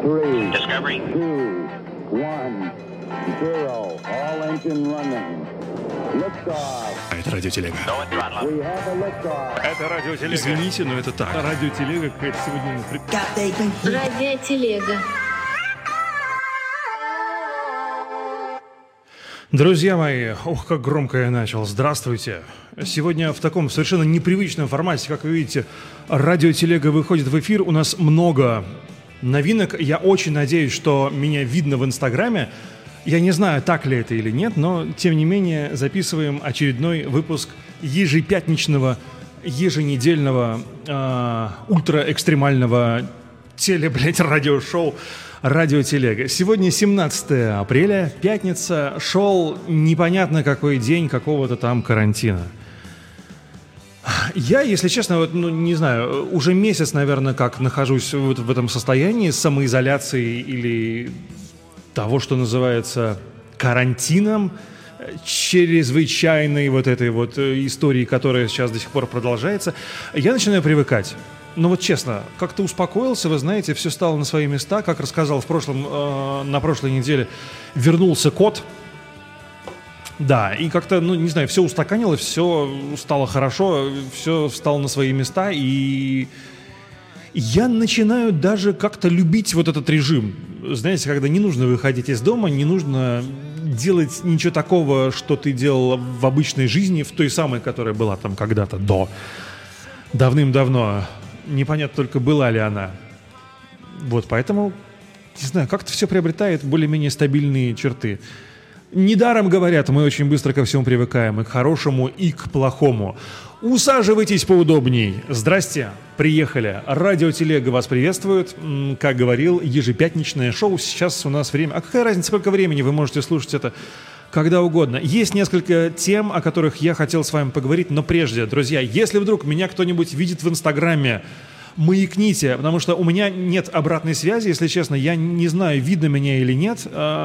3, Discovery. 2, 1, 0. All engine running. Liftoff. Это радиотелега. We have a liftoff. Это радиотелега. Извините, но это так. Радиотелега какая-то сегодня... Радиотелега. Друзья мои, ох, как громко я начал. Здравствуйте. Сегодня в таком совершенно непривычном формате, как вы видите, радиотелега выходит в эфир. У нас много новинок. Я очень надеюсь, что меня видно в Инстаграме. Я не знаю, так ли это или нет, но, тем не менее, записываем очередной выпуск ежепятничного, еженедельного, ультраэкстремального радиошоу «Радиотелега». Сегодня 17 апреля, пятница, шел непонятно какой день какого-то там карантина. Я, если честно, не знаю, уже месяц, наверное, как нахожусь в этом состоянии самоизоляции или того, что называется карантином, чрезвычайной этой истории, которая сейчас до сих пор продолжается, я начинаю привыкать. Но вот честно, как-то успокоился, вы знаете, все стало на свои места. Как рассказал на прошлой неделе, вернулся кот. Да, и как-то, не знаю, все устаканилось, все стало хорошо, все стало на свои места, и я начинаю даже как-то любить вот этот режим. Знаете, когда не нужно выходить из дома, не нужно делать ничего такого, что ты делал в обычной жизни, в той самой, которая была там когда-то давным-давно. Непонятно только, была ли она. Вот, поэтому, не знаю, как-то все приобретает более-менее стабильные черты. Недаром говорят, мы очень быстро ко всему привыкаем, и к хорошему, и к плохому. Усаживайтесь поудобней. Здрасте, приехали. Радиотелега вас приветствует. Как говорил, ежепятничное шоу. Сейчас у нас время. А какая разница, сколько времени? Вы можете слушать это когда угодно. Есть несколько тем, о которых я хотел с вами поговорить, но прежде, друзья, если вдруг меня кто-нибудь видит в Инстаграме, маякните, потому что у меня нет обратной связи, если честно, я не знаю, видно меня или нет.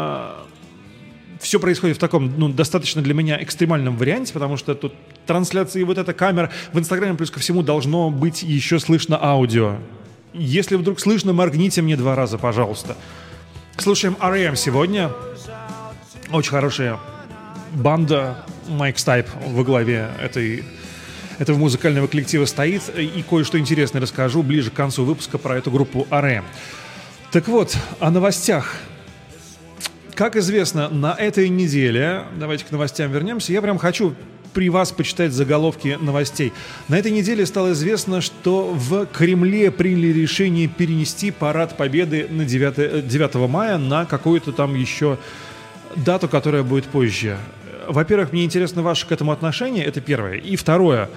Все происходит в таком, достаточно для меня экстремальном варианте, потому что тут трансляции, вот эта камера в Инстаграме, плюс ко всему, должно быть еще слышно аудио. Если вдруг слышно, моргните мне 2 раза, пожалуйста. Слушаем R.E.M. сегодня. Очень хорошая банда. Майк Стайп во главе этого музыкального коллектива стоит. И кое-что интересное расскажу ближе к концу выпуска про эту группу R.E.M. Так вот, о новостях. Как известно, на этой неделе, давайте к новостям вернемся, я прям хочу при вас почитать заголовки новостей. На этой неделе стало известно, что в Кремле приняли решение перенести парад Победы на 9 мая на какую-то там еще дату, которая будет позже. Во-первых, мне интересно ваше к этому отношение, это первое. И второе,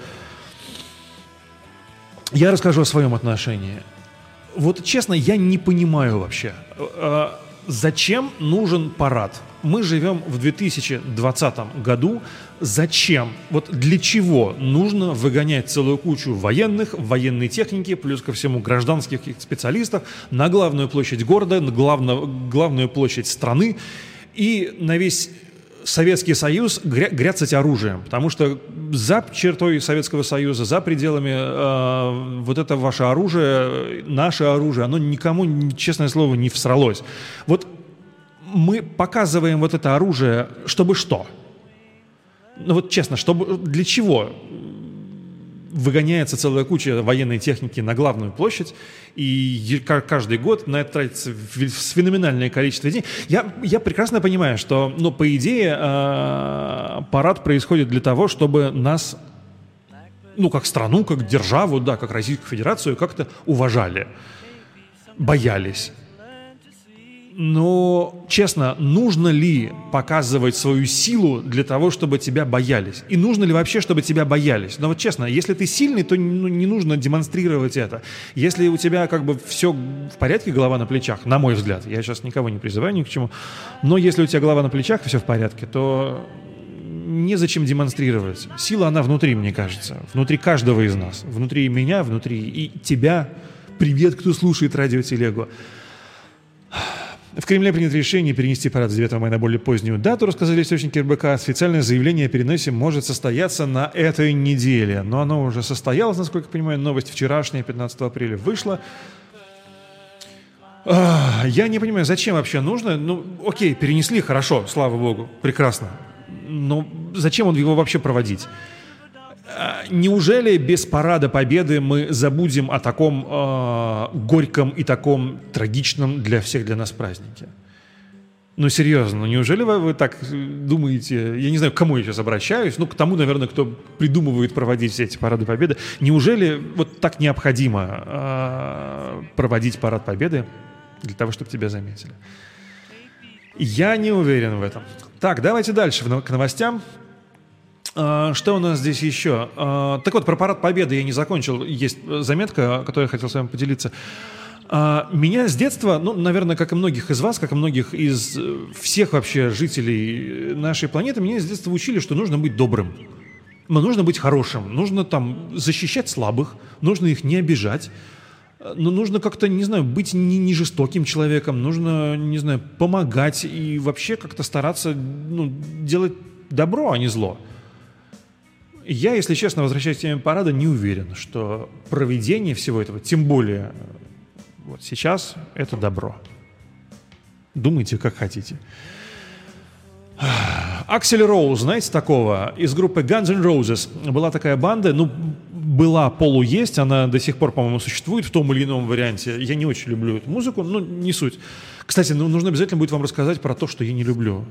я расскажу о своем отношении. Вот честно, я не понимаю вообще, зачем нужен парад? Мы живем в 2020 году. Зачем? Вот для чего нужно выгонять целую кучу военных, военной техники, плюс ко всему гражданских специалистов на главную площадь города, на главную площадь страны и на весь Советский Союз гряцать оружием? Потому что за чертой Советского Союза, за пределами вот это ваше оружие, наше оружие, оно никому, честное слово, не всралось. Вот мы показываем вот это оружие, чтобы что? Вот честно, для чего выгоняется целая куча военной техники на главную площадь, и каждый год на это тратится феноменальное количество денег. Я прекрасно понимаю, что, по идее, парад происходит для того, чтобы нас, как страну, как державу, да, как Российскую Федерацию, как-то уважали, боялись. Но, честно, нужно ли показывать свою силу для того, чтобы тебя боялись? И нужно ли вообще, чтобы тебя боялись? Но вот честно, если ты сильный, то не нужно демонстрировать это. Если у тебя все в порядке, голова на плечах, на мой взгляд, я сейчас никого не призываю ни к чему, но если у тебя голова на плечах и все в порядке, то незачем демонстрировать. Сила, она внутри, мне кажется. Внутри каждого из нас. Внутри меня, внутри и тебя. Привет, кто слушает радиотелегу. В Кремле принято решение перенести парад с 9 мая на более позднюю дату, рассказали источники РБК. Официальное заявление о переносе может состояться на этой неделе. Но оно уже состоялось, насколько я понимаю. Новость вчерашняя, 15 апреля, вышла. Я не понимаю, зачем вообще нужно. Ну, окей, перенесли, хорошо, слава богу, прекрасно. Но зачем его вообще проводить? Неужели без парада Победы мы забудем о таком горьком и таком трагичном для всех для нас празднике? Ну, серьезно, ну неужели вы так думаете? Я не знаю, к кому я сейчас обращаюсь, ну, к тому, наверное, кто придумывает проводить все эти парады Победы. Неужели вот так необходимо проводить парад Победы для того, чтобы тебя заметили? Я не уверен в этом. Так, давайте дальше к новостям. Что у нас здесь еще? Так вот, про парад Победы я не закончил. Есть заметка, которой я хотел с вами поделиться. Меня с детства, ну, наверное, как и многих из вас, как и многих из всех вообще жителей нашей планеты, меня с детства учили, что нужно быть добрым. Нужно быть хорошим, нужно там защищать слабых, нужно их не обижать. Но нужно как-то, не знаю, быть не жестоким человеком, нужно, не знаю, помогать и вообще как-то стараться, ну, делать добро, а не зло. Я, если честно, возвращаясь к теме парада, не уверен, что проведение всего этого, тем более вот сейчас, это добро. Думайте, как хотите. Аксель Роуз, знаете такого? Из группы Guns N' Roses была такая банда, ну, была, полу-есть, она до сих пор, по-моему, существует в том или ином варианте. Я не очень люблю эту музыку, но не суть. Кстати, ну, нужно обязательно будет вам рассказать про то, что я не люблю.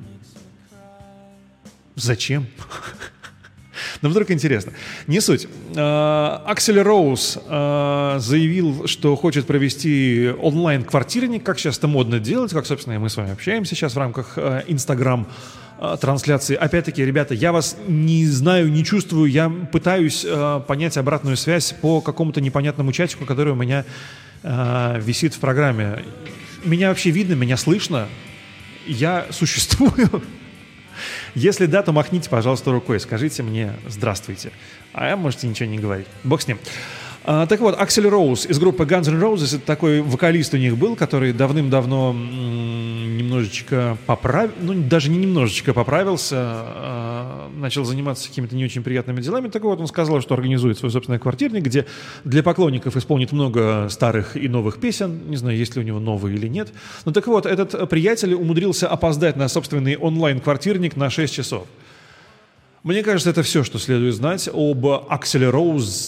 Зачем? Но вдруг интересно. Не суть. Аксель Роуз заявил, что хочет провести онлайн-квартирник, как сейчас это модно делать, как, собственно, и мы с вами общаемся сейчас в рамках Инстаграм-трансляции. Опять-таки, ребята, я вас не знаю, не чувствую, я пытаюсь понять обратную связь по какому-то непонятному чатику, который у меня висит в программе. Меня вообще видно, меня слышно, я существую. Если да, то махните, пожалуйста, рукой, скажите мне «здравствуйте». А можете ничего не говорить. Бог с ним. Так вот, Аксель Роуз из группы Guns N' Roses, это такой вокалист у них был, который давным-давно немножечко даже не немножечко поправился, начал заниматься какими-то не очень приятными делами. Так вот, он сказал, что организует свой собственный квартирник, где для поклонников исполнит много старых и новых песен. Не знаю, есть ли у него новые или нет. Но так вот, этот приятель умудрился опоздать на собственный онлайн-квартирник на 6 часов. Мне кажется, это все, что следует знать об Акселе Роуз.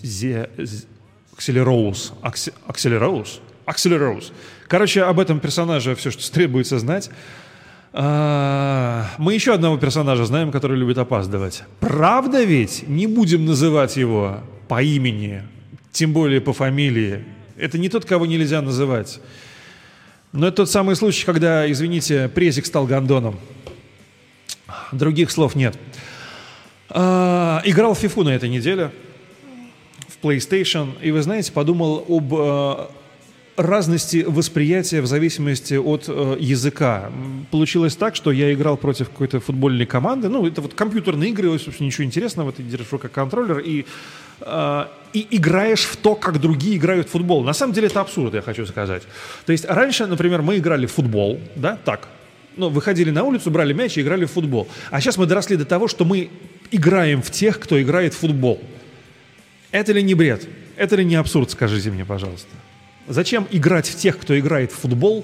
Короче, об этом персонаже все, что требуется знать. Мы еще одного персонажа знаем, который любит опаздывать. Правда ведь? Не будем называть его по имени, тем более по фамилии. Это не тот, кого нельзя называть. Но это тот самый случай, когда, извините, презик стал гондоном. Других слов нет. Играл в FIFA на этой неделе, в PlayStation, и, вы знаете, подумал об разности восприятия в зависимости от языка. Получилось так, что я играл против какой-то футбольной команды, ну, это вот компьютерные игры, собственно, ничего интересного, ты держишь в руках контроллер и играешь в то, как другие играют в футбол. На самом деле это абсурд, я хочу сказать. То есть раньше, например, мы играли в футбол, да, так, ну, выходили на улицу, брали мяч и играли в футбол. А сейчас мы доросли до того, что мы играем в тех, кто играет в футбол. Это ли не бред? Это ли не абсурд, скажите мне, пожалуйста? Зачем играть в тех, кто играет в футбол,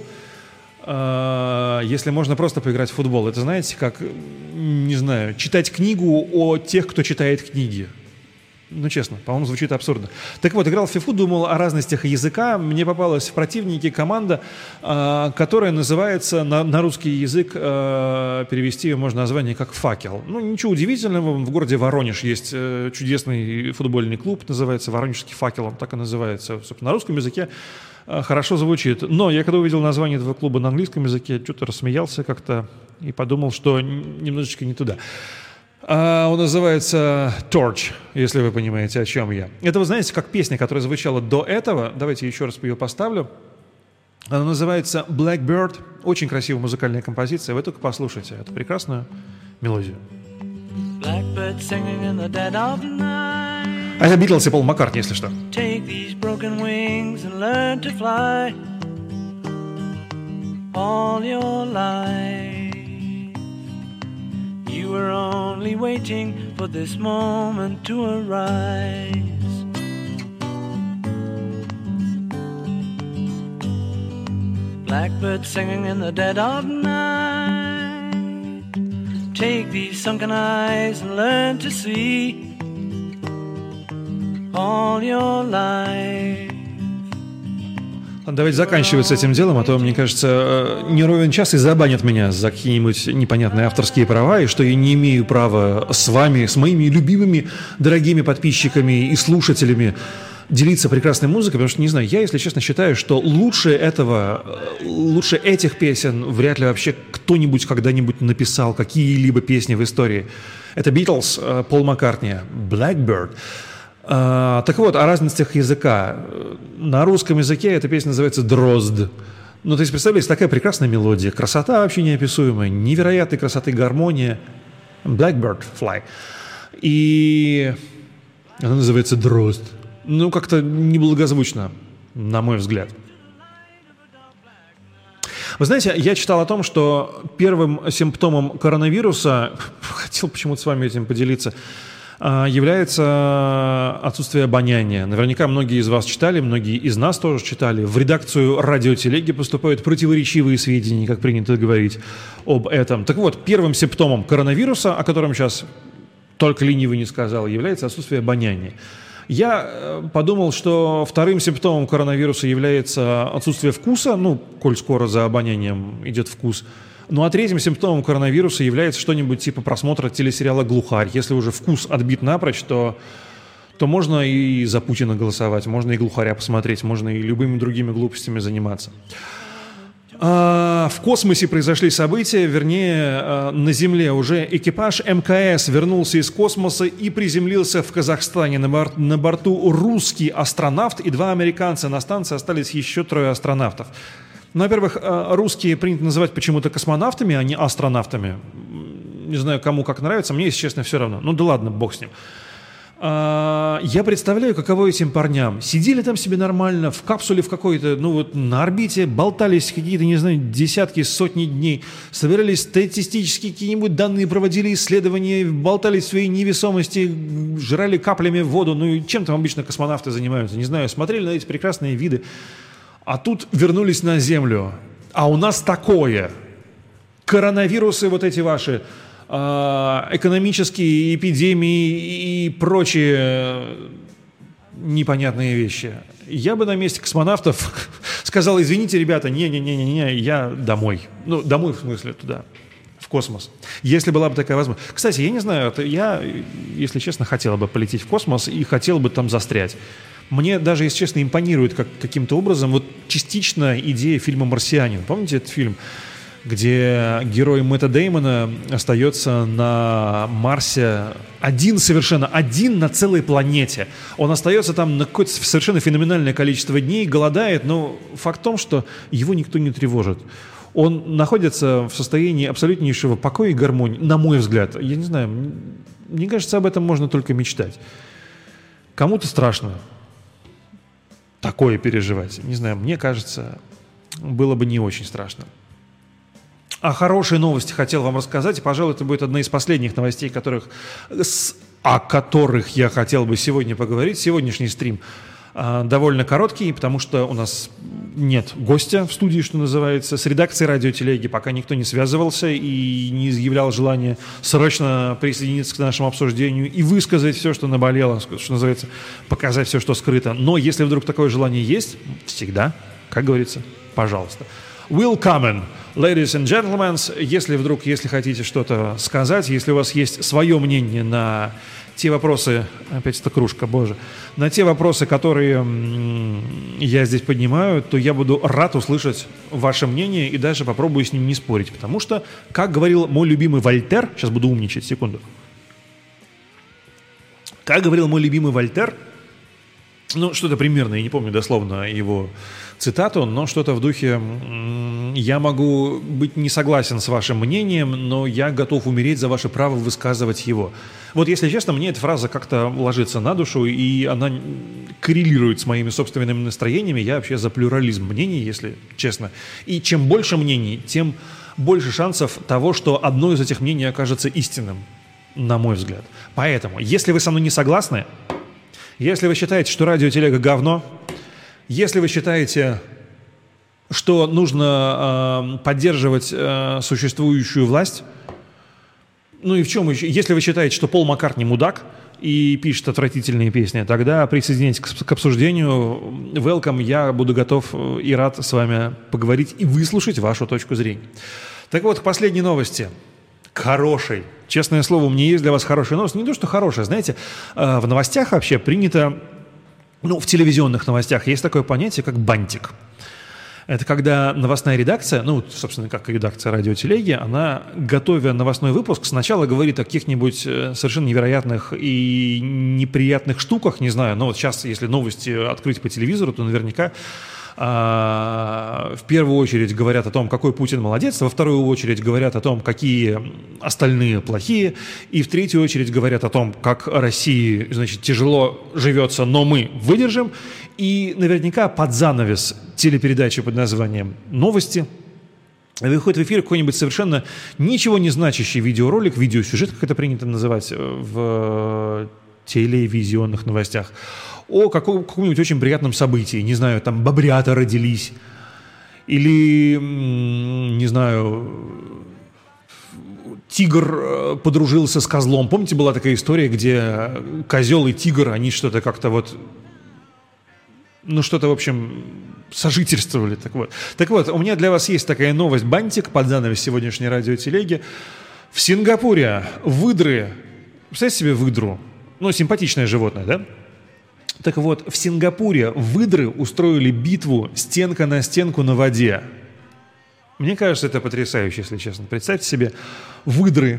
если можно просто поиграть в футбол? Это, знаете, как, не знаю, читать книгу о тех, кто читает книги. Ну, честно, по-моему, звучит абсурдно. Так вот, играл в FIFA, думал о разностях языка. Мне попалась в противнике команда, которая называется, на русский язык перевести ее можно название как «Факел». Ну, ничего удивительного, в городе Воронеж есть чудесный футбольный клуб, называется «Воронежский факел», он так и называется. Собственно, на русском языке хорошо звучит. Но я когда увидел название этого клуба на английском языке, что-то рассмеялся как-то и подумал, что немножечко не туда. Он называется «Torch», если вы понимаете, о чем я. Это, вы знаете, как песня, которая звучала до этого. Давайте еще раз ее поставлю. Она называется «Blackbird». Очень красивая музыкальная композиция. Вы только послушайте эту прекрасную мелодию. А это Битлз и Пол Маккартни, если что. Take these broken wings and learn to fly all your life. You were only waiting for this moment to arise. Blackbird singing in the dead of night. Take these sunken eyes and learn to see all your life. Давайте заканчивать с этим делом, а то, мне кажется, не ровен час и забанят меня за какие-нибудь непонятные авторские права, и что я не имею права с вами, с моими любимыми, дорогими подписчиками и слушателями делиться прекрасной музыкой, потому что, не знаю, я, если честно, считаю, что лучше этих песен вряд ли вообще кто-нибудь когда-нибудь написал какие-либо песни в истории. Это Beatles, Пол Маккартни, Blackbird. Так вот, о разностях языка. На русском языке эта песня называется «Дрозд». Ну, то есть, представляете, такая прекрасная мелодия, красота вообще неописуемая, невероятной красоты гармония. Blackbird, fly. И она называется «Дрозд». Ну, как-то неблагозвучно, на мой взгляд. Вы знаете, я читал о том, что первым симптомом коронавируса, хотел почему-то с вами этим поделиться, является отсутствие обоняния. Наверняка многие из вас читали, многие из нас тоже читали. В редакцию радиотелеги поступают противоречивые сведения, как принято говорить об этом. Так вот, первым симптомом коронавируса, о котором сейчас только ленивый не сказал, является отсутствие обоняния. Я подумал, что вторым симптомом коронавируса является отсутствие вкуса, ну, коль скоро за обонянием идет вкус. Ну а третьим симптомом коронавируса является что-нибудь типа просмотра телесериала «Глухарь». Если уже вкус отбит напрочь, то можно и за Путина голосовать, можно и «Глухаря» посмотреть, можно и любыми другими глупостями заниматься. В космосе произошли события, вернее, на Земле уже экипаж МКС вернулся из космоса и приземлился в Казахстане. На борту русский астронавт и 2 американца. На станции остались еще 3 астронавтов. Ну, во-первых, русские принято называть почему-то космонавтами, а не астронавтами. Не знаю, кому как нравится, мне, если честно, все равно. Ну да ладно, бог с ним. Я представляю, каково этим парням. Сидели там себе нормально, в капсуле в какой-то, ну вот на орбите, болтались какие-то, не знаю, десятки, сотни дней, собирались статистические какие-нибудь данные, проводили исследования, болтались в своей невесомости, жрали каплями воду. Ну и чем там обычно космонавты занимаются? Не знаю, смотрели на эти прекрасные виды. А тут вернулись на Землю. А у нас такое. Коронавирусы вот эти ваши, экономические эпидемии и прочие непонятные вещи. Я бы на месте космонавтов сказал: извините, ребята, не, я домой. Ну, домой в смысле туда, в космос. Если была бы такая возможность. Кстати, я не знаю, я, если честно, хотел бы полететь в космос и хотел бы там застрять. Мне даже, если честно, импонирует каким-то образом вот частично идея фильма «Марсианин». Помните этот фильм, где герой Мэтта Дэймона остается на Марсе совершенно один на целой планете. Он остается там на какое-то совершенно феноменальное количество дней, голодает, но факт в том, что его никто не тревожит. Он находится в состоянии абсолютнейшего покоя и гармонии, на мой взгляд. Я не знаю, мне кажется, об этом можно только мечтать. Кому-то страшно такое переживать. Не знаю, мне кажется, было бы не очень страшно. О хорошей новости хотел вам рассказать, и, пожалуй, это будет одна из последних новостей, о которых я хотел бы сегодня поговорить. Сегодняшний стрим довольно короткий, потому что у нас нет гостя в студии, что называется. С редакцией радиотелеги пока никто не связывался и не изъявлял желания срочно присоединиться к нашему обсуждению и высказать все, что наболело, что называется, показать все, что скрыто. Но если вдруг такое желание есть, всегда, как говорится, пожалуйста. Willkommen, ladies and gentlemen. Если хотите что-то сказать, если у вас есть свое мнение на те вопросы, опять эта кружка, боже, на те вопросы, которые я здесь поднимаю, то я буду рад услышать ваше мнение и даже попробую с ним не спорить. Потому что, как говорил мой любимый Вольтер, сейчас буду умничать, секунду. Как говорил мой любимый Вольтер, ну, что-то примерно, я не помню дословно его цитату, но что-то в духе: «Я могу быть не согласен с вашим мнением, но я готов умереть за ваше право высказывать его». Вот, если честно, мне эта фраза как-то ложится на душу, и она коррелирует с моими собственными настроениями. Я вообще за плюрализм мнений, если честно. И чем больше мнений, тем больше шансов того, что одно из этих мнений окажется истинным, на мой взгляд. Поэтому, если вы со мной не согласны, если вы считаете, что радиотелега говно, если вы считаете что нужно поддерживать существующую власть. Ну и в чем еще? Если вы считаете, что Пол Маккартни мудак и пишет отвратительные песни, тогда присоединяйтесь к обсуждению. Welcome, я буду готов и рад с вами поговорить и выслушать вашу точку зрения. Так вот, к последней новости. Хорошей. Честное слово, у меня есть для вас хорошая новость. Не то, что хорошая, знаете, в новостях вообще принято, в телевизионных новостях есть такое понятие, как бантик. Это когда новостная редакция, собственно, как и редакция радиотелеги, она, готовя новостной выпуск, сначала говорит о каких-нибудь совершенно невероятных и неприятных штуках, не знаю, но вот сейчас, если новости открыть по телевизору, то наверняка в первую очередь говорят о том, какой Путин молодец, во вторую очередь говорят о том, какие остальные плохие, и в третью очередь говорят о том, как России, тяжело живется, но мы выдержим, и наверняка под занавес телепередачи под названием «Новости» выходит в эфир какой-нибудь совершенно ничего не значащий видеоролик, видеосюжет, как это принято называть в телевизионных новостях, о каком-нибудь очень приятном событии. Не знаю, там бобрята родились. Или, не знаю, тигр подружился с козлом. Помните, была такая история, где козел и тигр, они что-то как-то что-то, в общем, сожительствовали. Так вот, у меня для вас есть такая новость. Бантик под занавес сегодняшней радиотелеги. В Сингапуре выдры... Представьте себе выдру. Симпатичное животное, да? Так вот, в Сингапуре выдры устроили битву стенка на стенку на воде. Мне кажется, это потрясающе, если честно. Представьте себе, выдры,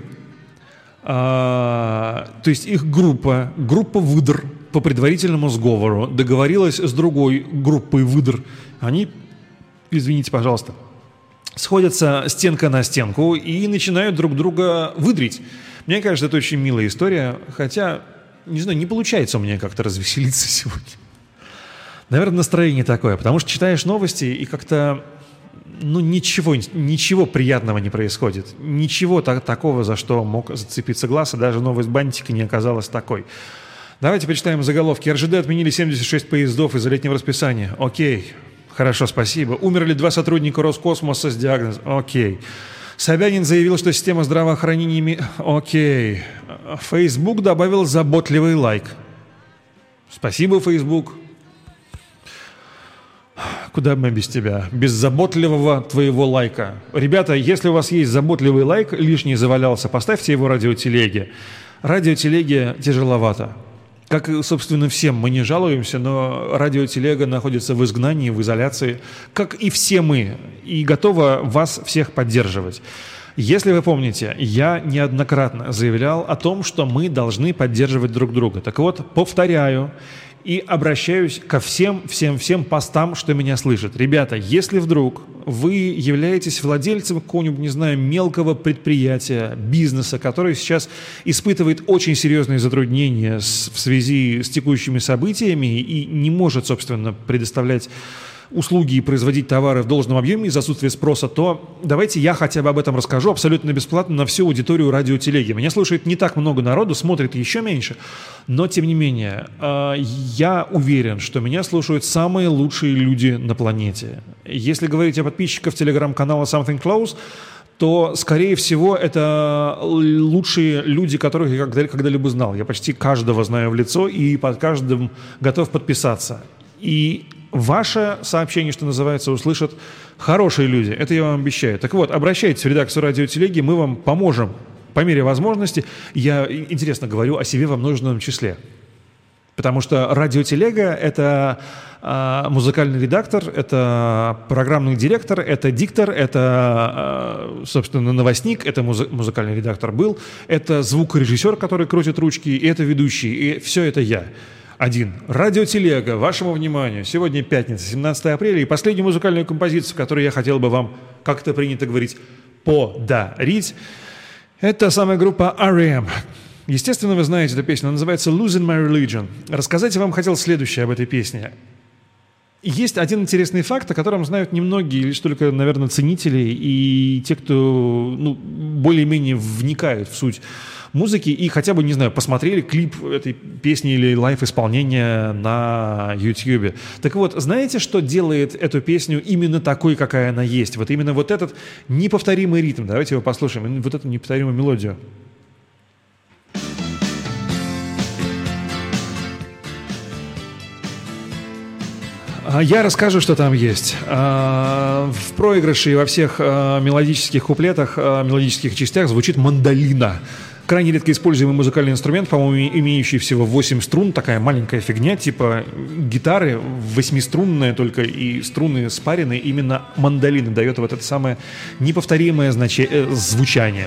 то есть их группа выдр по предварительному сговору договорилась с другой группой выдр. Они, извините, пожалуйста, сходятся стенка на стенку и начинают друг друга выдрить. Мне кажется, это очень милая история, хотя... Не знаю, не получается у меня как-то развеселиться сегодня. Наверное, настроение такое, потому что читаешь новости и как-то, ничего приятного не происходит. Ничего такого, за что мог зацепиться глаз, и даже новость бантика не оказалась такой. Давайте почитаем заголовки. РЖД отменили 76 поездов из-за летнего расписания. Окей, хорошо, спасибо. Умерли 2 сотрудника Роскосмоса с диагнозом. Окей. Собянин заявил, что система здравоохранения... Окей. Facebook добавил заботливый лайк. Спасибо, Facebook. Куда мы без тебя? Без заботливого твоего лайка. Ребята, если у вас есть заботливый лайк, лишний завалялся, поставьте его радиотелеге. Радиотелеге тяжеловато. Как, собственно, всем, мы не жалуемся, но радиотелега находится в изгнании, в изоляции, как и все мы, и готова вас всех поддерживать. Если вы помните, я неоднократно заявлял о том, что мы должны поддерживать друг друга. Так вот, повторяю и обращаюсь ко всем постам, что меня слышат. Ребята, если вдруг вы являетесь владельцем какого-нибудь, не знаю, мелкого предприятия, бизнеса, который сейчас испытывает очень серьезные затруднения в связи с текущими событиями и не может, собственно, предоставлять услуги и производить товары в должном объеме из-за отсутствия спроса, то давайте я хотя бы об этом расскажу абсолютно бесплатно на всю аудиторию радиотелеги. Меня слушает не так много народу, смотрит еще меньше, но тем не менее, я уверен, что меня слушают самые лучшие люди на планете. Если говорить о подписчиках телеграм-канала Something Close, то, скорее всего, это лучшие люди, которых я когда-либо знал. Я почти каждого знаю в лицо и под каждым готов подписаться. И ваше сообщение, что называется, услышат хорошие люди. Это я вам обещаю. Так вот, обращайтесь в редакцию радиотелеги, мы вам поможем по мере возможности. Я, интересно, говорю о себе во множественном числе. Потому что радиотелега — это музыкальный редактор, это программный директор, это диктор, это, собственно, новостник, это музыкальный редактор был, это звукорежиссер, который крутит ручки, и это ведущий, и все это я. Один. Радиотелега, вашему вниманию. Сегодня пятница, 17 апреля, и последнюю музыкальную композицию, которую я хотел бы вам, как это принято говорить, подарить, это самая группа R.E.M. Естественно, вы знаете эту песню, она называется «Losing My Religion». Рассказать я вам хотел следующее об этой песне. Есть один интересный факт, о котором знают немногие, лишь только, наверное, ценители и те, кто более-менее вникают в суть музыки и хотя бы, не знаю, посмотрели клип этой песни или лайв-исполнения на YouTube. Так вот, знаете, что делает эту песню именно такой, какая она есть? Вот именно вот этот неповторимый ритм. Давайте его послушаем. Вот эту неповторимую мелодию. Я расскажу, что там есть. В проигрыше и во всех мелодических куплетах, мелодических частях звучит мандолина. Крайне редко используемый музыкальный инструмент, по-моему, имеющий всего 8 струн, такая маленькая фигня, типа гитары, 8-струнная только, и струны спарены. Именно мандолина дает вот это самое неповторимое звучание.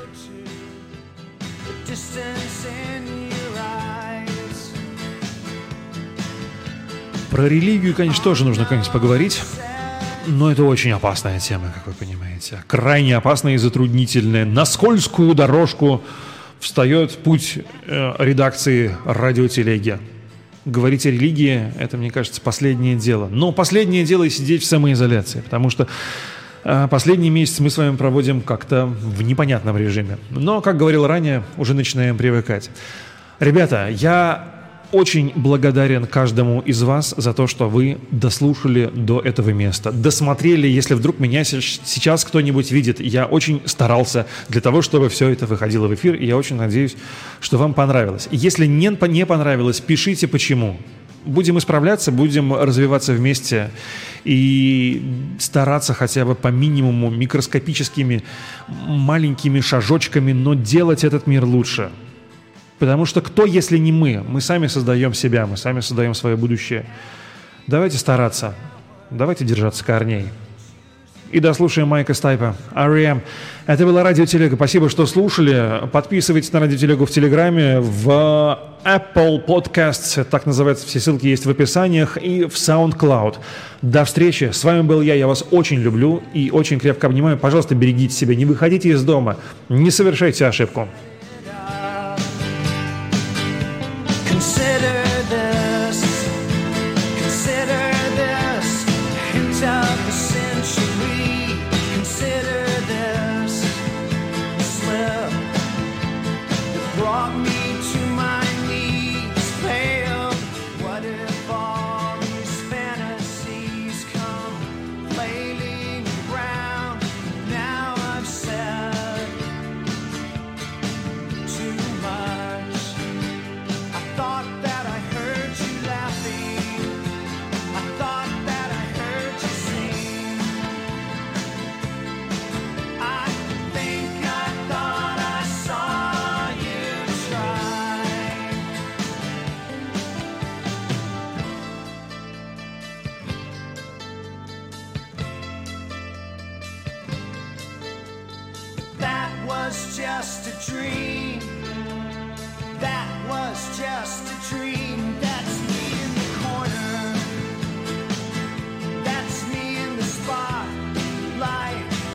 Про религию, конечно, тоже нужно как-нибудь поговорить, но это очень опасная тема, как вы понимаете. Крайне опасная и затруднительная. На скользкую дорожку встает путь редакции радиотелеги. Говорить о религии – это, мне кажется, последнее дело. Но последнее дело и сидеть в самоизоляции, потому что последний месяц мы с вами проводим как-то в непонятном режиме. Но, как говорил ранее, уже начинаем привыкать. Ребята, я очень благодарен каждому из вас за то, что вы дослушали до этого места, досмотрели. Если вдруг меня сейчас кто-нибудь видит, я очень старался для того, чтобы все это выходило в эфир, и я очень надеюсь, что вам понравилось. Если не понравилось, пишите почему. Будем исправляться, будем развиваться вместе и стараться хотя бы по минимуму, микроскопическими, маленькими шажочками, но делать этот мир лучше. Потому что кто, если не мы? Мы сами создаем себя, мы сами создаем свое будущее. Давайте стараться, давайте держаться корней. И дослушаем Майка Стайпа, R.E.M. Это была Радиотелега. Спасибо, что слушали. Подписывайтесь на Радиотелегу в Телеграме, в Apple Podcasts, так называется, все ссылки есть в описаниях, и в SoundCloud. До встречи. С вами был я вас очень люблю и очень крепко обнимаю. Пожалуйста, берегите себя, не выходите из дома, не совершайте ошибку. Consider this, hint of the century. Consider this slip that brought me to my knees, pale. What if all these fantasies come flailing around? Now I've said too much. Thought that I heard you laughing. I thought that I heard you sing. I think I thought I saw you try. That was just a dream.